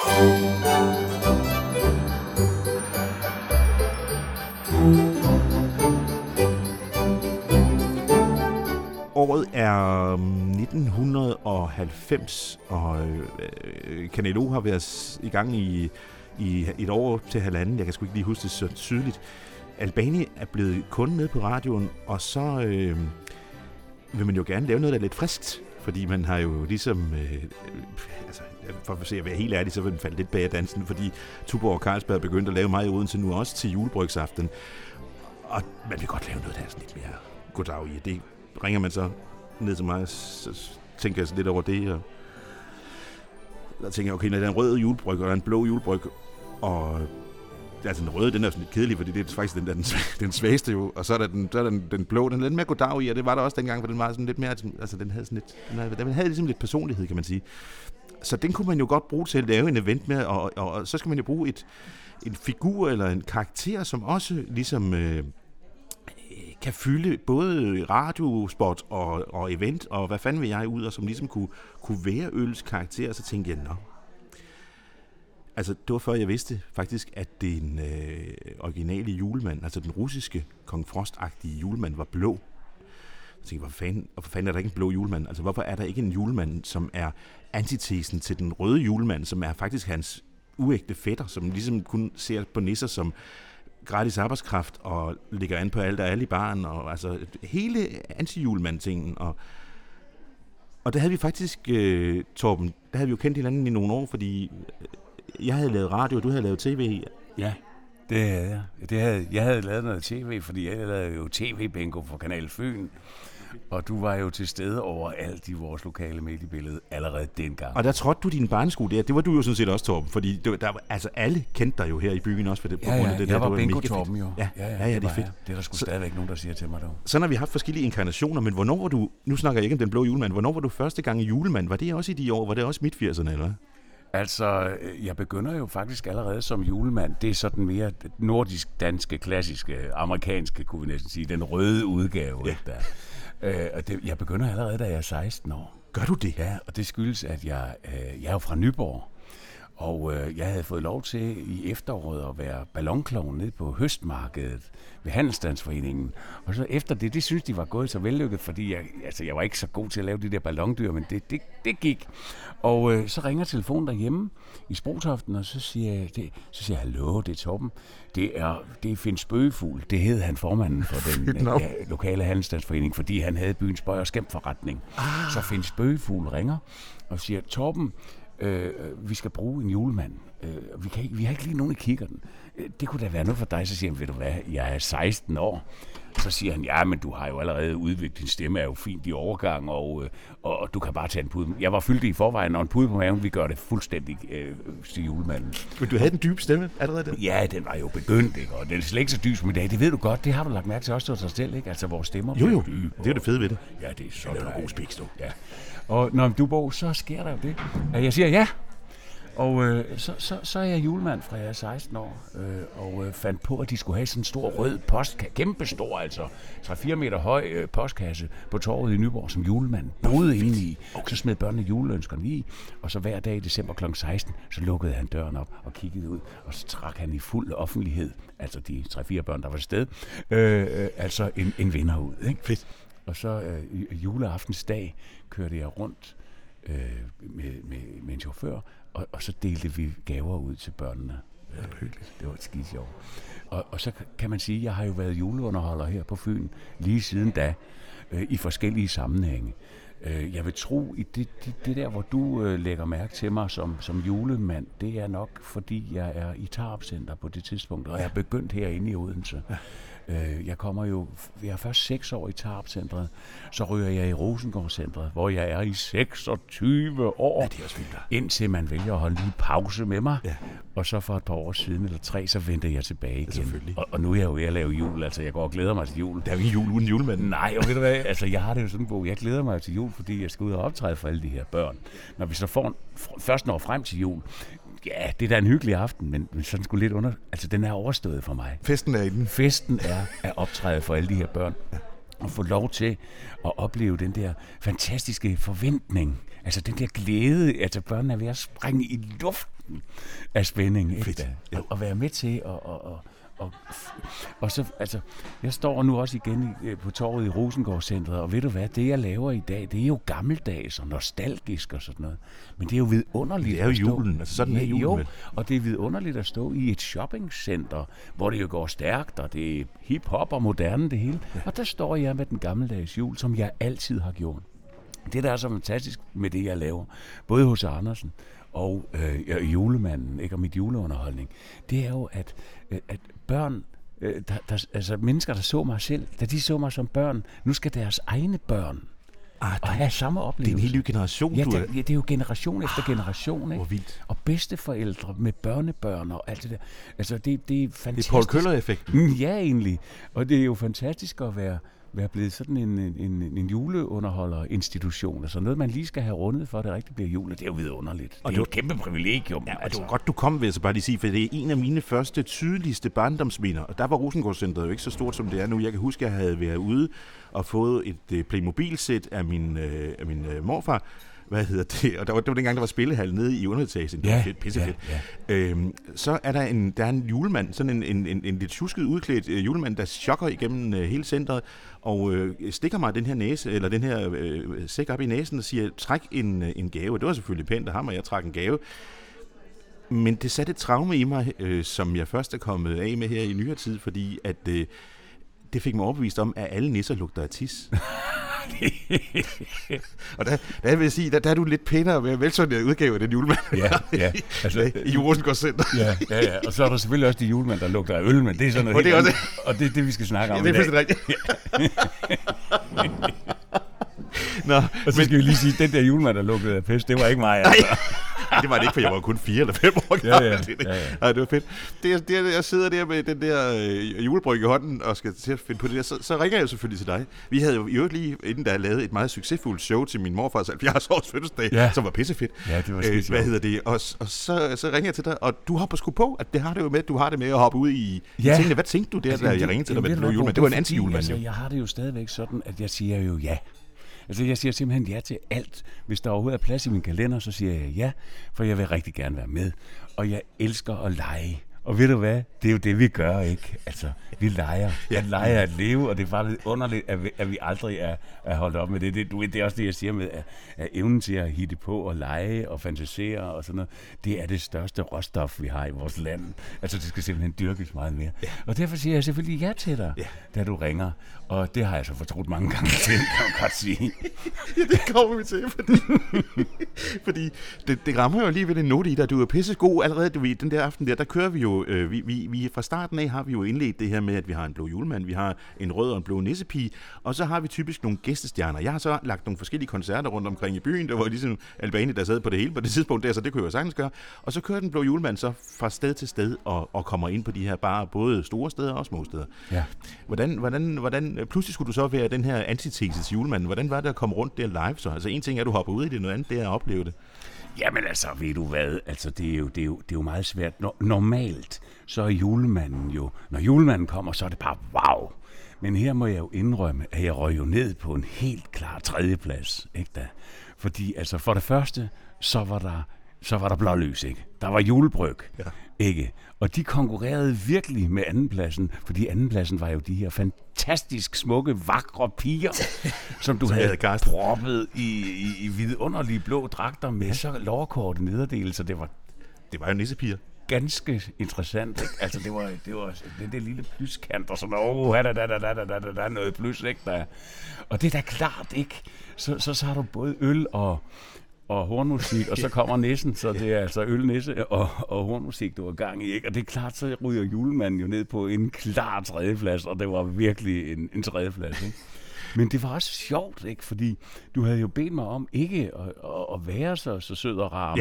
Året er 1990, og Kanal O har været i gang i et år til halvanden. Jeg kan sgu ikke lige huske det så tydeligt. Albani er blevet kunde med på radioen, og så vil man jo gerne lave noget, der er lidt friskt. Fordi man har jo ligesom, for at se at være helt ærlig, så vil den falde lidt bag af dansen, fordi Tuborg og Carlsberg er begyndt at lave meget i Odense nu også til julebrygsaften. Og man vil godt lave noget, der er sådan lidt mere goddag i. Det ringer man så ned til mig, så tænker jeg så lidt over det, og der tænker jeg, okay, når der er en rød julebryg, og der er en blå julebryg, og altså den røde, den er sådan lidt kedelig, fordi det er faktisk den svageste jo, og så er der den blå, den er lidt mere goddag i, og det var der også dengang, for den var sådan lidt mere, altså den havde sådan lidt, den havde ligesom lidt personlighed, kan man sige. Så den kunne man jo godt bruge til at lave en event med, og så skal man jo bruge en figur eller en karakter, som også ligesom kan fylde både radiospot og event, og hvad fanden vil jeg ud, og som ligesom kunne være øls karakter, og så tænkte jeg, altså, det var før jeg vidste faktisk, at den originale julemand, altså den russiske Kong Frost-agtige julemand, var blå. Jeg tænkte, hvorfor fanden er der ikke en blå julemand? Altså, hvorfor er der ikke en julemand, som er antitesen til den røde julemand, som er faktisk hans uægte fætter, som ligesom kun ser på nisser som gratis arbejdskraft, og ligger an på alt og alle i baren, og altså hele anti-julemand-tingen. Og der havde vi faktisk, Torben, der havde vi jo kendt hinanden i nogle år, fordi jeg havde lavet radio, og du havde lavet tv. Ja, det havde jeg. Jeg havde lavet noget tv, fordi jeg lavede jo tv-bingo for Kanal Fyn. Og du var jo til stede overalt i vores lokale mediebillede allerede dengang. Og der trådte du din barnesko der. Det var du jo sådan set også, Torben, fordi altså alle kendte dig jo her i byen også. For det, på grund af det, jeg var bingo-Torben jo. Ja, det er fedt. Det er der sgu stadigvæk nogen, der siger til mig dog. Sådan har vi haft forskellige inkarnationer, men hvornår var du, nu snakker jeg ikke om den blå julemand, hvornår var du første gang julemand? Var det også i de år? Var det også midt-80'erne, eller hvad? Altså, jeg begynder jo faktisk allerede som julemand. Det er sådan mere nordisk-danske, klassiske, amerikanske, kunne vi næsten sige. Den røde udgave, ja. Der. Jeg begynder allerede, da jeg er 16 år. Gør du det? Ja, og det skyldes, at jeg er jo fra Nyborg. Og jeg havde fået lov til i efteråret at være ballonklovn nede på høstmarkedet ved Handelsstandsforeningen. Og så efter det synes de var gået så vellykket, fordi jeg var ikke så god til at lave de der ballondyr, men det gik. Og så ringer telefonen derhjemme i Sprogtoften, og så siger jeg, hallo, det er Torben. Det er Finn Spøgefugl. Det hed han, formanden for den lokale Handelsstandsforening, fordi han havde byens bøj- og skæmtforretning. Så Finn Spøgefugl ringer og siger, Torben, vi skal bruge en julemand. Vi har ikke lige nogen i kikkerten. Det kunne da være noget for dig. Så siger han, ved du hvad, jeg er 16 år. Så siger han, ja, men du har jo allerede udviklet din stemme, er jo fint i overgang, og du kan bare tage en pude. Jeg var fyldt i forvejen, og en pude på maven, vi gør det fuldstændig til julemanden. Men du havde den dybe stemme allerede? Ja, den var jo begyndt, ikke? Og den er slet ikke så dyb som i dag. Det ved du godt, det har du lagt mærke til også til dig selv, ikke? Altså, vores stemmer jo, dybe. Det er det fede ved det. Ja, det er så det er god spiks, du. Ja. Og når du bor, så sker der jo det. Jeg siger ja. Og så er jeg julemand fra jeg er 16 år, og fandt på, at de skulle have sådan en stor rød postkasse, kæmpestor altså, 3-4 meter høj postkasse på torvet i Nyborg, som julemand boede inde i. Så smed børnene juleønskerne i, og så hver dag i december kl. 16, så lukkede han døren op og kiggede ud, og så trak han i fuld offentlighed, altså de 3-4 børn, der var sted, altså en vinder ud. Ikke? Fedt. Og så juleaftensdag kørte jeg rundt med en chauffør, og så delte vi gaver ud til børnene. Det var skide sjovt. Og så kan man sige, at jeg har jo været juleunderholder her på Fyn lige siden da, i forskellige sammenhænge. Jeg vil tro, i det der, hvor du lægger mærke til mig som julemand, det er nok, fordi jeg er i Tarup Center på det tidspunkt, og jeg er begyndt herinde i Odense. Ja. Jeg er først 6 år i Tarup Centret, så ryger jeg i Rosengård Centret, hvor jeg er i 26 år, ja, det er også vildt. Indtil man vælger at holde en pause med mig, ja. Og så for et par år siden eller 3, så venter jeg tilbage igen. Og nu er jeg jo ved at lave jul, altså jeg går og glæder mig til jul. Der er jo ikke jul uden julemanden. Nej, og ved du hvad, altså jeg har det jo sådan, hvor jeg glæder mig til jul, fordi jeg skal ud og optræde for alle de her børn. Når vi så først når frem til jul, ja, det er da en hyggelig aften, men sådan skulle lidt altså den er overstået for mig. Festen er i den. Festen er at optræde for alle de her børn. Og få lov til at opleve den der fantastiske forventning. Altså den der glæde, altså børnene er ved at springe i luften af spænding. Fedt. Ja. Og være med til og så, altså, jeg står nu også igen på torvet i Rosengårdscentret, og ved du hvad, det jeg laver i dag, det er jo gammeldags og nostalgisk og sådan noget. Men det er jo vidunderligt. Det er jo julen, altså sådan er julen. Jo, og det er vidunderligt at stå i et shoppingcenter, hvor det jo går stærkt, og det er hip-hop og moderne det hele. Ja. Og der står jeg med den gammeldags jul, som jeg altid har gjort. Det, der er så fantastisk med det, jeg laver, både hos Andersen og julemanden, ikke, og mit juleunderholdning, det er jo, at børn, altså mennesker, der så mig selv, da de så mig som børn, nu skal deres egne børn og have samme oplevelse. Det er en helt ny generation, det er jo generation efter generation, ikke? Hvor vildt. Og bedsteforældre med børnebørn og alt det der. Altså, det er fantastisk. Det er Paul Køller-effekten. Ja, egentlig. Og det er jo fantastisk at være blevet sådan en juleunderholderinstitution. Altså noget, man lige skal have rundet, for at det rigtig bliver jul. Det er jo vidunderligt. Og det er jo et kæmpe privilegium. Ja, og det var godt, du kom, vil jeg så bare lige sige, for det er en af mine første tydeligste barndomsminder. Og der var Rosengårdscentret jo ikke så stort, som det er nu. Jeg kan huske, at jeg havde været ude og fået et Playmobil-sæt af min morfar. Hvad hedder det? Og det var dengang, der var spillehal nede i underetagen. Det var fedt, pissefedt. Ja. Så er der en julemand, sådan en lidt tjusket udklædt julemand, der chokker igennem hele centret, og stikker mig den her næse, eller den her sæk op i næsen, og siger, træk en gave. Det var selvfølgelig pænt af ham, og jeg trak en gave. Men det satte et traume i mig, som jeg først er kommet af med her i nyere tid, fordi at det fik mig overbevist om, at alle nisser lugter af tis. Og der vil jeg sige, der er du lidt pænere med velsorteret udgave af den julemand. Ja. Altså, i Rosengårdscenter. Ja. Og så er der selvfølgelig også de julemand, der lugter af øl, men det er sådan noget helt andet. Og det er det, vi skal snakke om i dag. Det er rigtigt. Nå, og så skal vi lige sige, at den der julemand, der lugtede af pest, det var ikke mig. Altså. Nej, det var det ikke, for jeg var kun 4 eller 5 år gammel. Ja. Nej, det var fedt. Jeg sidder der med den der julebryg i hånden og skal til at finde på det der. Så ringer jeg jo selvfølgelig til dig. Vi havde jo i øvrigt lige inden der lavet et meget succesfuldt show til min morfars 70-års fødselsdag, som var pissefedt. Ja, det var skidesjovt. Hvad hedder det? Og så ringer jeg til dig, og du hopper sgu på, at det har det jo med, du har det med at hoppe ud i tingene. Hvad tænkte du der, altså, jeg ringede til dig med den julemand? Det var en anti-julemand. Altså, jeg har det jo stadigvæk sådan, at jeg siger jo ja. Altså, jeg siger simpelthen ja til alt. Hvis der overhovedet er plads i min kalender, så siger jeg ja, for jeg vil rigtig gerne være med. Og jeg elsker at lege. Og ved du hvad? Det er jo det, vi gør, ikke? Altså, vi leger. Jeg leger at leve, og det er bare lidt underligt, at vi aldrig er holdt op med det. Det er også det, jeg siger med, at evnen til at hitte på og lege og fantasere og sådan noget, det er det største råstof, vi har i vores land. Altså, det skal simpelthen dyrkes meget mere. Ja. Og derfor siger jeg selvfølgelig ja til dig, da du ringer. Og det har jeg så fortrudt mange gange til, kan man godt sige. Ja, det kommer vi til, fordi det rammer jo lige ved den note i dig. Du er pissegod allerede, den der aften der kører vi jo, vi fra starten af har vi jo indledt det her med, at vi har en blå julemand, vi har en rød og en blå nissepige, og så har vi typisk nogle gæstestjerner. Jeg har så lagt nogle forskellige koncerter rundt omkring i byen, der var ligesom Albani, der sad på det hele på det tidspunkt der, så det kunne jeg jo sagtens gøre. Og så kører den blå julemand så fra sted til sted og kommer ind på de her barer, både store steder og små steder. Ja. Hvordan pludselig skulle du så være den her antitesis julemanden? Hvordan var det at komme rundt der live så? Altså en ting er, at du hopper ud i det, noget andet det er at opleve det. Jamen altså, ved du hvad? Altså, det er jo meget svært. Normalt, så er julemanden jo... Når julemanden kommer, så er det bare wow. Men her må jeg jo indrømme, at jeg røg jo ned på en helt klar tredjeplads, ikke da? Fordi altså, for det første, så var der blålys, ikke? Der var julebryg, ikke? Og de konkurrerede virkelig med andenpladsen, fordi andenpladsen var jo de her fantastisk smukke, vakre piger, som du havde proppet i vidunderlige blå dragter med så lårkorte nederdele, så det var jo nissepiger. Ganske interessant, ikke? Altså, det var det lille plyskant, og sådan, der er noget plys, ikke? Og det er da klart, ikke? Så har du både øl og hornmusik, og så kommer nissen, så det er altså ølnisse og hornmusik, du var gang i, ikke? Og det er klart, så ryger julemanden jo ned på en klar tredjeplads, og det var virkelig en tredjeplads, ikke? Men det var også sjovt, ikke? Fordi du havde jo bedt mig om ikke at være så sød og rar,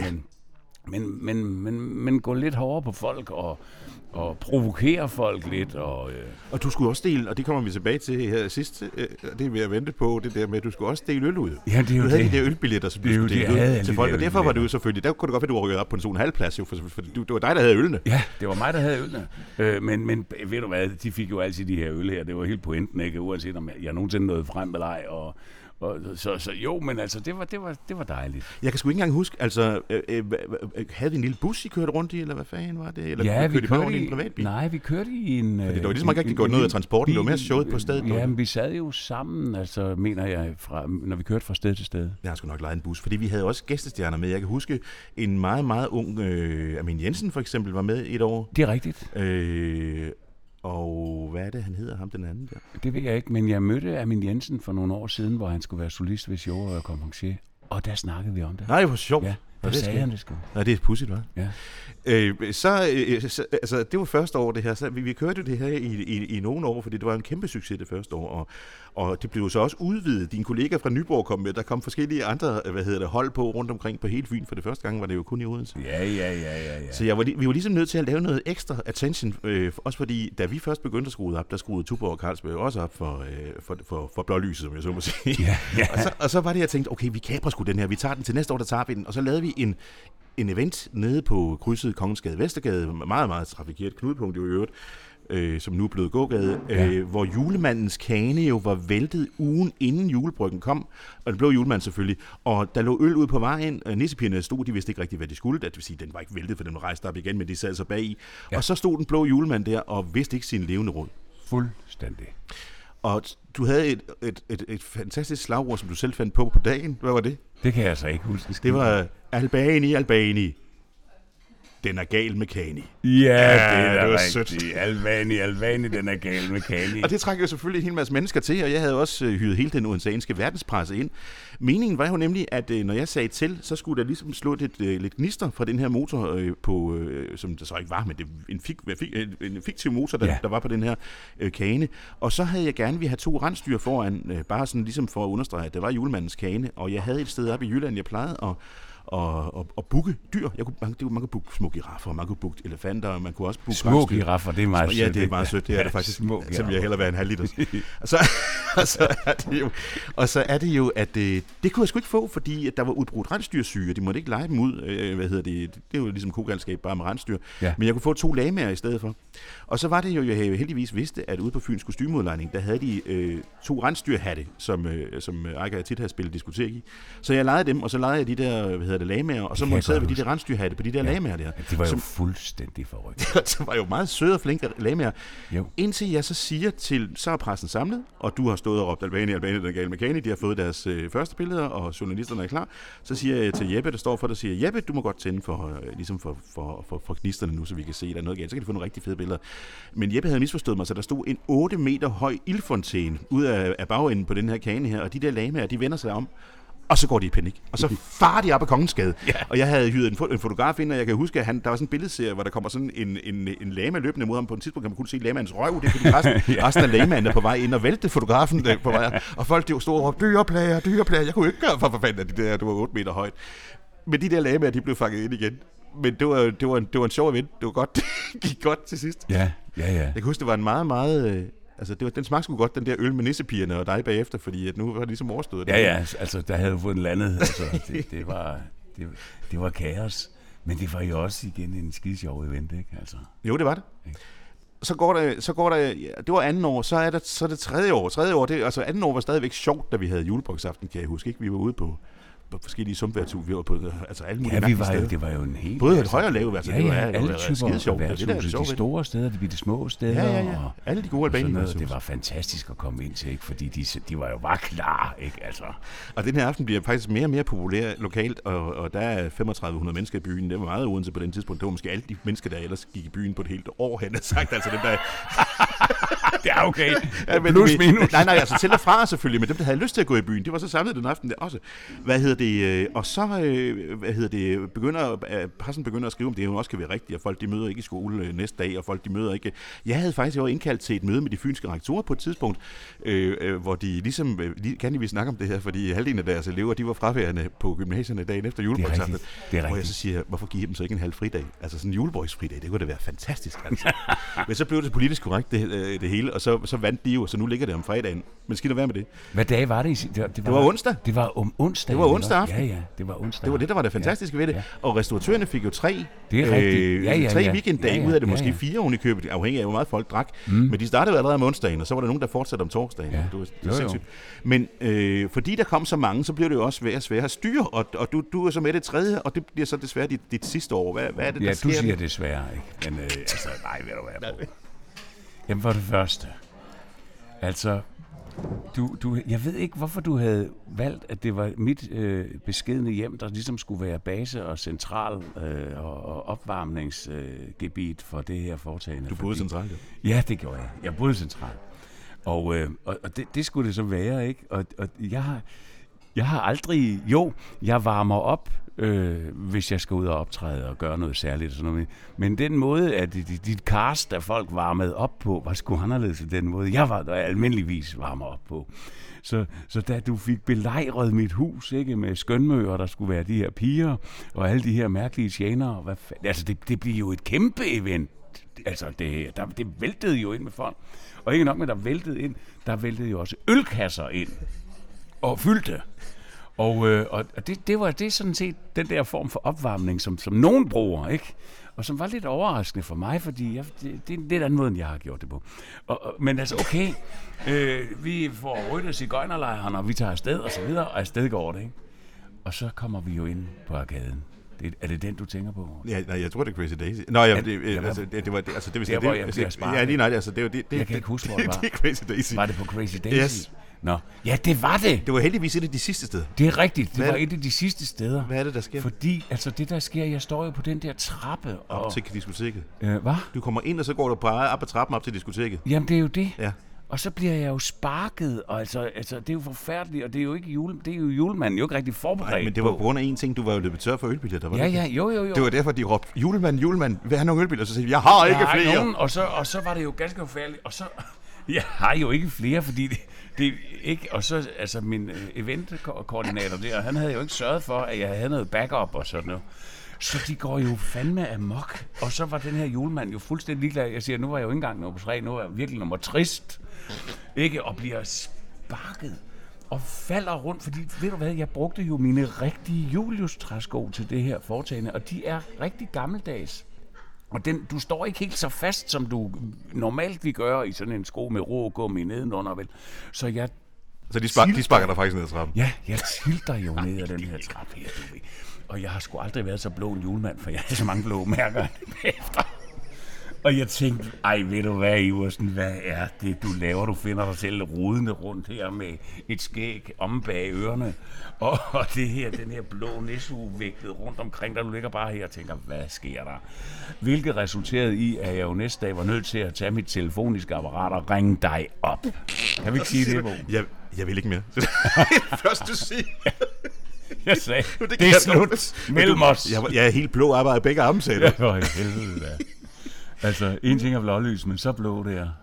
men gå lidt hårdere på folk og provokere folk lidt. Og du skulle også dele, og det kommer vi tilbage til her sidst, det vil jeg vente på, det der med, at du skulle også dele øl ud. Ja, det er jo du havde de der ølbilletter, som du skulle dele ud til folk, og derfor var du jo selvfølgelig, der kunne det godt være, du var rykket op på en sådan halv plads, jo, for det var dig, der havde ølene. Ja, det var mig, der havde ølene. Men ved du hvad, de fik jo altid de her øl her, det var helt pointen, ikke? Uanset om jeg nogensinde nåede frem eller ej, Så jo, men altså, det var dejligt. Jeg kan sgu ikke engang huske, altså, havde vi en lille bus, I kørte rundt i, eller hvad fanden var det? Eller Ja, vi kørte i en privatbil? Nej, vi kørte i en... Fordi det var ligesom ikke rigtig gået noget af transporten, det var mere showet på stedet. Ja, men vi sad jo sammen, altså, mener jeg, når vi kørte fra sted til sted. Jeg har sgu nok lejet en bus, fordi vi havde også gæstestjerner med. Jeg kan huske, en meget, meget ung Amin Jensen for eksempel var med et år. Det er rigtigt. Og hvad er det, han hedder, ham den anden der? Det ved jeg ikke, men jeg mødte Amin Jensen for nogle år siden, hvor han skulle være solist ved show og konferencier. Og der snakkede vi om det. Nej, hvor sjovt. Ja, der sagde han det sgu. Nej, det er pudsigt, hva'? Ja. Altså, det var første år, det her. Så vi kørte det her i nogle år, fordi det var en kæmpe succes det første år. Og det blev jo så også udvidet. Dine kollegaer fra Nyborg kom med. Der kom forskellige andre hold på rundt omkring på hele Fyn. For det første gang var det jo kun i Odense. Ja. Så vi var ligesom nødt til at lave noget ekstra attention. Også fordi, da vi først begyndte at skrue op, der skruede Tuborg og Carlsberg også op for blålyset, som jeg så må sige. Ja. Og så var det, jeg tænkte, okay, vi kaprer sgu den her. Vi tager den til næste år, der tager vi den. Og så lavede vi en event nede på krydset Kongensgade Vestergade, meget, meget trafikeret knudepunkt i øvrigt, som nu er blevet gågade, hvor julemandens kane jo var væltet ugen inden julebryggen kom, og den blå julemand selvfølgelig, og der lå øl ude på vejen, nissepigerne stod, de vidste ikke rigtigt, hvad de skulle, det vil sige, den var ikke væltet, for den var rejst op igen, men de sad så bag i, og så stod den blå julemand der, og vidste ikke sin levende råd. Fuldstændig. Og du havde et fantastisk slagord, som du selv fandt på dagen. Hvad var det? Det kan jeg så ikke huske. Det var Albani. Den er gal med Kani. Ja, det er rigtigt. Albani, den er gal med Kani. Og det trækker jo selvfølgelig en hel masse mennesker til, og jeg havde også hyret hele den odenseanske verdenspresse ind. Meningen var jo nemlig, at når jeg sagde til, så skulle der ligesom slå lidt gnister fra den her motor, som der så ikke var, men det en fiktiv motor, der var på den her kane. Og så havde jeg gerne, vi havde 2 rensdyr foran, bare sådan ligesom for at understrege, at det var julemandens kane. Og jeg havde et sted oppe i Jylland, jeg plejede og booke dyr. Man kunne booke små giraffer, man kunne booke elefanter, og man kunne også booke små giraffer, det er meget sødt. Ja, det er meget sødt, det er det faktisk. Som jeg hellere være en halv liter. Og så er det jo, at det kunne jeg sgu ikke få, fordi at der var udbrudt rensdyrsyge, og de måtte ikke lege dem ud. Det er jo ligesom kogalskab bare med rensdyr. Ja. Men jeg kunne få 2 lamaer i stedet for. Og så var det jo, jeg heldigvis vidste, at ude på Fyns kostymeudlejning, der havde de 2 rensdyrhatte, som Eike tit havde spillet diskotek i. Så jeg legede dem, og så legede jeg de der lamaer, og så monterede vi de der rensdyrhatte på de der lamaer der. Det var jo fuldstændig forrygt. Det var jo meget søde og flinke lamaer. Indtil jeg så siger til, så er pressen samlet, og du har stået og råbt Albani, den er gal med Kani, de har fået deres første billeder, og journalisterne er klar. Så siger jeg til Jeppe, der står for dig, siger Jeppe, du må godt tænde for gnisterne nu, så vi kan se, der er noget galt. Så kan de få nogle rigtig fede billeder. Men Jeppe havde misforstået mig, så der stod en 8 meter høj ildfontæne ud af bagenden på den her kane her, og de der lamaer, de vender sig om, og så går de i panik. Og så farer de op ad Kongensgade. Ja. Og jeg havde hyret en fotograf ind, og jeg kan huske, at der var sådan en billedserie, hvor der kommer sådan en lama løbende mod ham. På et tidspunkt kan man kun se lamaens røv. Det er fordi resten af lamaen er på vej ind og vælte fotografen på vej. Og folk de stod og råbte, dyreplager. Jeg kunne ikke gøre for fanden, at det var 8 meter højt. Men de der lamaer, de blev fanget ind igen. Men det var en sjov event. Det var godt. Det gik godt til sidst. Ja. Jeg kan huske, det var en meget, meget... Altså, den smagte sgu godt, den der øl med nissepigerne og dig bagefter, fordi at nu var det ligesom overstået. Ja, altså, der havde du fået en landet. Altså, det var kaos. Men det var jo også igen en skide sjov event, ikke? Altså. Jo, det var det. Så går der, det var andet år, så er det tredje år. Anden år var stadigvæk sjovt, da vi havde julebryggsaften, kan jeg huske, ikke? Vi var ude på forskellige sumpværtshus, vi var på altså alle mulige steder. Det var jo en helt... Både et højere og lavt, altså det var alle typer sjovt. De store steder, de små steder. Ja. Alle de gode albanere. Det var fantastisk at komme ind til, ikke? Fordi de var jo bare klar, ikke? Altså. Og den her aften bliver faktisk mere og mere populær lokalt, og der er 3500 mennesker i byen. Det var meget Odense på den tidspunkt. Det var måske alle de mennesker, der ellers gik i byen på et helt år, han har sagt. Altså dem der... Det er okay. Plus minus. Nej, altså til og fra selvfølgelig, men dem, der havde lyst til at gå i byen, de var så samlet den aften der også. Og så pressen begynder at skrive, om det jo også kan være rigtigt, og folk de møder ikke i skole næste dag, og folk de møder ikke. Jeg havde faktisk også indkaldt til et møde med de fynske rektorer på et tidspunkt, hvor de ligesom, kan vi snakke om det her, fordi halvdelen af deres elever, de var fraværende på gymnasierne dagen efter julebryggsaften. Hvor jeg så siger, hvorfor giver dem så ikke en halv fridag? Altså sådan en julebryggsfridag, det kunne da være fantastisk. Altså. Men så blev det politisk korrekt det det hele, og så vandt de jo, så nu ligger det om fredagen. Men skal der være med det? Hvad dag var det? Det var onsdag. Det var om onsdag. Det var onsdag aften. Ja, det var onsdag. Det var det, der var det fantastiske ved det. Ja. Og restauratørerne fik jo 3 weekenddage ud af det, måske 4 oven i købet, afhængig af, hvor meget folk drak. Men de startede allerede om onsdagen, og så var der nogen, der fortsatte om torsdagen. Ja. Det var sindssygt. Men fordi der kom så mange, så blev det jo også svært at styre, og du er så med det tredje, og det bliver så desværre dit sidste år. Hvad er det, der sker? Ja, du siger desværre, ikke? Men nej, ved du hvad? Jamen for det første. Altså, jeg ved ikke, hvorfor du havde valgt, at det var mit beskedne hjem, der ligesom skulle være base og central og opvarmningsgebiet for det her foretagende. Du boede centralt, ja? Ja, det gjorde jeg. Jeg boede centralt. Og det skulle det så være, ikke? Og jeg har aldrig... Jo, jeg varmer op, hvis jeg skal ud og optræde og gøre noget særligt. Og sådan noget. Men den måde, at dit cast, der folk varmede op på, var sgu anderledes end den måde, jeg almindeligvis varmer op på. Så da du fik belejret mit hus, ikke, med skønmøer, der skulle være de her piger, og alle de her mærkelige tjenere, altså det bliver jo et kæmpe event. Altså det væltede jo ind med folk. Og ikke nok med, der væltede jo også ølkasser ind og fyldte. Og det var sådan set den der form for opvarmning, som nogen bruger, ikke? Og som var lidt overraskende for mig, fordi det er en lidt anden måde, end jeg har gjort det på. Men altså, okay, vi får ryddet sigøjnerlejren, og vi tager afsted og så videre, og afsted går det, ikke? Og så kommer vi jo ind på arkaden. Er det den, du tænker på? Ja, nej, jeg tror, det er Crazy Daisy. Nå, ja, det jeg kan ikke huske, hvor det var. Det er Crazy Daisy. Var det på Crazy Daisy? Yes. Nå, ja, det var det. Det var heldigvis et af de sidste steder. Det er rigtigt, det var et af de sidste steder. Hvad er det, der sker? Fordi, altså det der sker, jeg står jo på den der trappe. Op til diskoteket. Hvad? Du kommer ind, og så går du bare op ad trappen op til diskoteket. Jamen, det er jo det. Ja. Og så bliver jeg jo sparket, og altså det er jo forfærdeligt, og det er jo ikke julemanden jo ikke rigtig forberedt. Nej, men det var på grund af en ting, du var jo løbet tør for ølbilletter, var det? Ja, jo. Det var derfor, de råbte, julemand, vil have nogle ølbilletter? Så sagde jeg har ikke flere. Nogen, og så var det jo ganske forfærdeligt, og så, jeg har jo ikke flere, fordi det ikke, og så, altså min eventkoordinator der, han havde jo ikke sørget for, at jeg havde noget backup og sådan noget. Så de går jo fandme amok. Og så var den her julemand jo fuldstændig ligeglad. Jeg siger, nu var jeg jo ikke engang nummer 3, nu er jeg virkelig nummer trist. Ikke? Og bliver sparket og falder rundt, fordi, ved du hvad, jeg brugte jo mine rigtige Julius-træsko til det her foretagende, og de er rigtig gammeldags. Og du står ikke helt så fast, som du normalt vil gøre i sådan en sko med rågummi nedenunder, vel? Så de sparker dig faktisk ned ad trappen? Ja, jeg tilter jo ned ad den her trappe her, du ved. Og jeg har sgu aldrig været så blå en julemand, for jeg havde så mange blå mærker bagefter. Og jeg tænkte, ved du hvad, Iversen, hvad er det, du laver? Du finder dig selv rodende rundt her med et skæg om bag ørerne. Og den her blå nissehue vægtet rundt omkring dig. Du ligger bare her og tænker, hvad sker der? Hvilket resulterede i, at jeg jo næste dag var nødt til at tage mit telefoniske apparat og ringe dig op. Kan vi ikke sige det, Bo? Jeg vil ikke mere. Først du siger. Jeg sagde, det er slut mellem os. Jeg er helt blå arbejde begge arme, sagde du. Ja, for helvede da. Altså, en ting er blålys, men så blå det er.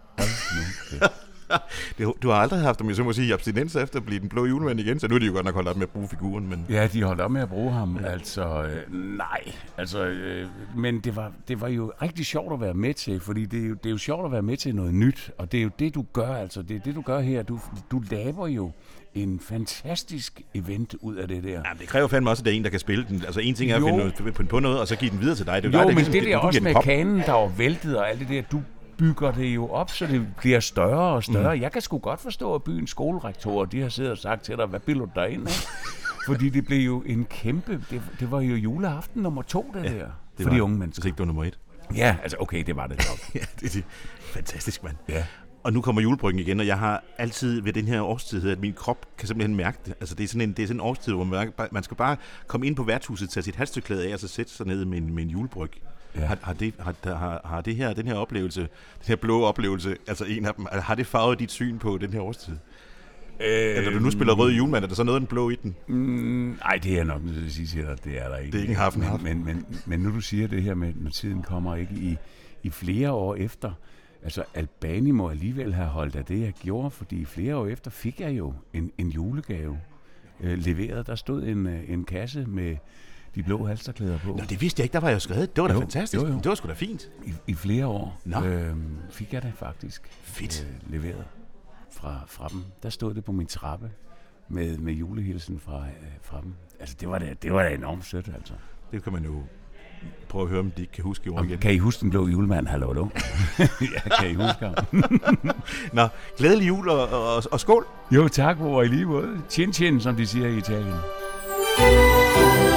Du har aldrig haft, om jeg så må sige, abstinens efter at blive den blå julemand igen, så nu er de jo godt nok holdt op med at bruge figuren. Men... Ja, de holdt op med at bruge ham. Altså, nej. Altså, men det var jo rigtig sjovt at være med til, fordi det er jo sjovt at være med til noget nyt, og det er jo det, du gør, altså. Det er det, du gør her. Du laver jo en fantastisk event ud af det der. Ja, det kræver fandme også, at det er en, der kan spille den. Altså en ting er at finde på noget, og så give den videre til dig. Det er men ligesom, det der også med kanen, der var væltet og alt det der, du bygger det jo op, så det bliver større og større. Jeg kan sgu godt forstå, at byens skolerektorer, de har siddet og sagt til dig, hvad bilder du dig ind af? Fordi det blev jo en kæmpe... Det var jo juleaften nummer 2, det der. For de unge mennesker. Så ikke du nummer 1. Ja, altså okay, det var det nok. Ja, det er fantastisk, mand. Ja. Og nu kommer julebryggen igen, og jeg har altid ved den her årstid, at min krop kan simpelthen mærke det. Altså det er sådan en årstid, hvor man skal bare komme ind på værtshuset, tage sit halstørklæde af, og så sætte sig ned med en julebryg. Ja. Har den her oplevelse, den her blå oplevelse, altså en af dem, har det farvet dit syn på den her årstid? Eller du nu spiller rød julemand, er der så noget den blå i den? Nej, det er nok nødt til at sige, at det er der ikke. Det er ikke en hafen. Men nu du siger det her med, når tiden kommer ikke i flere år efter, altså Albani må alligevel have holdt af det, jeg gjorde, fordi flere år efter fik jeg jo en julegave leveret. Der stod en kasse med de blå halsterklæder på. Nå, det vidste jeg ikke. Der var jeg jo skrevet. Det var da fantastisk. Jo. Det var sgu da fint. I flere år fik jeg det faktisk. Fedt. Leveret fra dem. Der stod det på min trappe med julehilsen fra dem. Altså, det var da enormt sødt, altså. Det kan man jo prøve at høre, om de kan huske i år igen. Kan I huske den blå julemand? Hallo? Ja, kan I huske ham? Nå, glædelig jul og skål. Jo, tak, hvor i lige måde. Chin chin, som de siger i Italien.